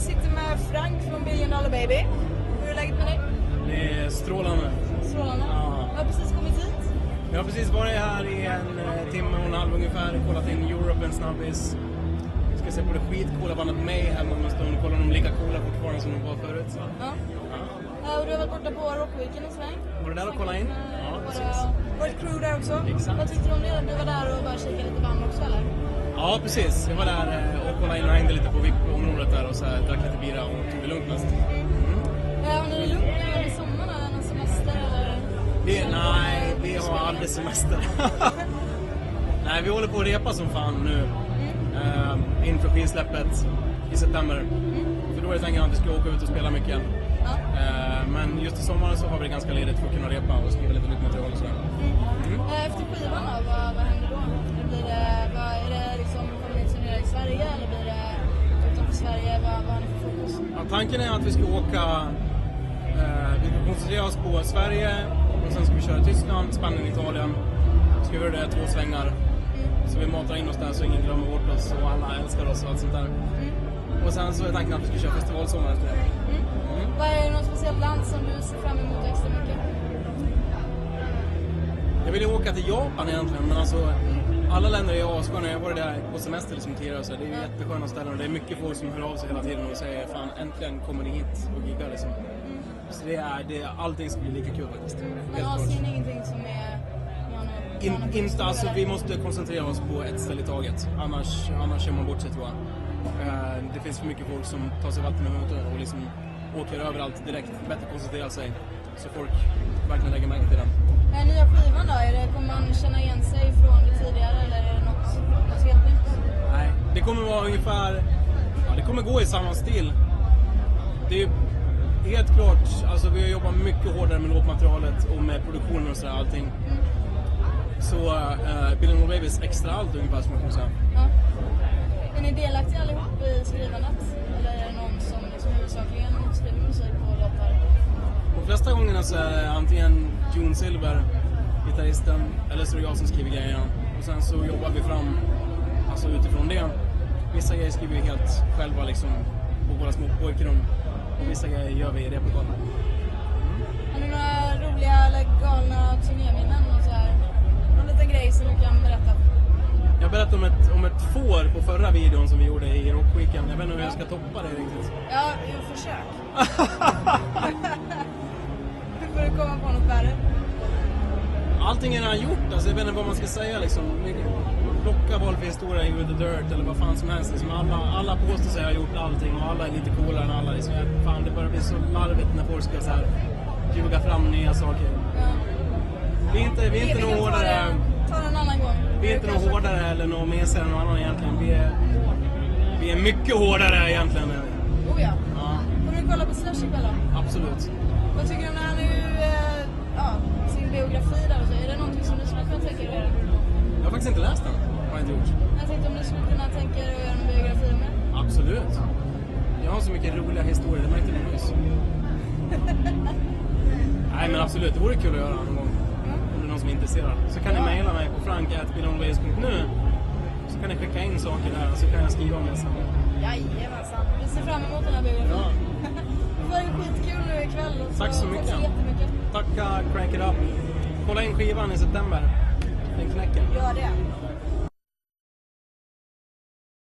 sitter med Frank från Billion Dollar Baby. Hur är läget med dig? Det är strålande. Strålande? Ja. Jag har precis kommit hit. Jag har precis varit här i en timme och en halv ungefär. Kollat in Europe en snabbis. Vi ska se på det skitcoola bandet Mayhem om en stund. Kolla om de är lika coola fortfarande som de var förut. Så. Ja. Och du har varit borta på Rockweeken en sväng. Var du där och kollade in? Ja, precis. Var ett crew där också? Exakt. Vad tyckte du om det? Du var där och bara kikade lite band också, eller? Ja, precis. Jag var där och kollade in och hängde lite på VIP-området där och så här, drack lite bira och tog det lugnt mest. Ja, men är det lugnt nu under sommaren eller någon semester eller? Nej, vi har aldrig semester. Nej, vi håller på att repa som fan nu. Inför skivsläppet i september. För då är det tänkt att vi ska åka ut och spela mycket. Men just i sommaren så har vi det ganska ledigt för att kunna repa och skriva lite nytt material och sådär. Efter skivan då, vad händer då? Är det liksom kommer i Sverige eller blir det utanför Sverige? Vad har ni för fokus? Ja, tanken är att vi ska åka, vi ska koncentrera oss på Sverige och sen ska vi köra Tyskland, Spanien, Italien. Ska vi göra det 2 svängar. Så vi matar in oss där så ingen glömmer bort oss och alla älskar oss och allt sånt där. Och sen så är tanken att vi ska köra festivalsommar efter det. Vad är det något speciellt land som du ser fram emot extra mycket? Jag vill ju åka till Japan egentligen, men alltså alla länder är assköna. Jag har varit där på semester liksom tidigare, så det är ju jättesköna ställen och det är mycket folk som hör av sig hela tiden och säger fan äntligen kommer ni hit och giggar liksom. Så allting ska bli lika kul faktiskt. Men Asien är ingenting som är... Inte, alltså vi måste koncentrera oss på ett ställe i taget, annars kör man bort sig tror jag. Det finns för mycket folk som tar sig vatten med motorn och liksom åker överallt direkt. Bättre koncentrera sig så folk verkligen lägger märke till den. Nya skivan då? Kommer man känna igen sig från det tidigare eller är det något helt nytt? Nej, det kommer vara ungefär... Ja, det kommer gå i samma stil. Det är helt klart, alltså vi har jobbat mycket hårdare med låtmaterialet och med produktionen och sådär allting. Så Billion Dollar Baby är extra allt ungefär som man kan säga. Ja. Är ni delaktiga allihop i skrivandet? Eller är det någon som liksom huvudsakligen skriver musik på låtar? De flesta gångerna så är det antingen June Silver, gitarristen, eller så är det jag som skriver grejerna. Och sen så jobbar vi fram alltså utifrån det. Vissa grejer skriver vi helt själva liksom på våra små pojkrum. Och vissa grejer gör vi i replokalen. Har ni några roliga eller galna turnéminnen och så här? Någon liten grej som du kan berätta? Jag berättade om ett får på förra videon som vi gjorde i Rockweeken. Jag vet inte hur jag ska toppa det riktigt. Ja, försök. Hur får du komma på något värre? Allting är redan gjort, alltså jag vet inte vad man ska säga liksom. Plocka boll för historia i With the Dirt eller vad fan som helst. Liksom. Alla påstår sig ha gjort allting och alla är lite coolare än alla. Liksom. Fan, det börjar bli så larvigt när folk ska så här ljuga fram nya saker. Ja. Vi är inte någon hårdare. Ta en annan gång. Vi är inte någon hårdare eller någon mesigare än någon annan egentligen. Vi är mycket hårdare egentligen. Oh ja. Kommer du kolla på Slush ikväll då? Absolut. Vad tycker du om när han nu sin biografi där och så? Är det någonting som du skulle kunna tänka dig att göra? Jag har faktiskt inte läst den. Har jag inte gjort. Jag tänkte om du skulle kunna tänka dig att göra en biografi med? Absolut. Jag har så mycket roliga historier, det märkte ni nyss. Nej men absolut, det vore kul att göra någon gång. Om det är någon som är intresserad. Så kan ni mejla mig på frank@billonways.nu. Så kan ni skicka in saker där och så kan jag skriva om det sen. Jajamensan. Vi ser fram emot den här biografin. Ja. Det var ju skitkul nu ikväll. Tack så mycket. Tack så jättemycket. Tacka Crank It Up. Kolla in skivan i september. Den knäcker. Gör det.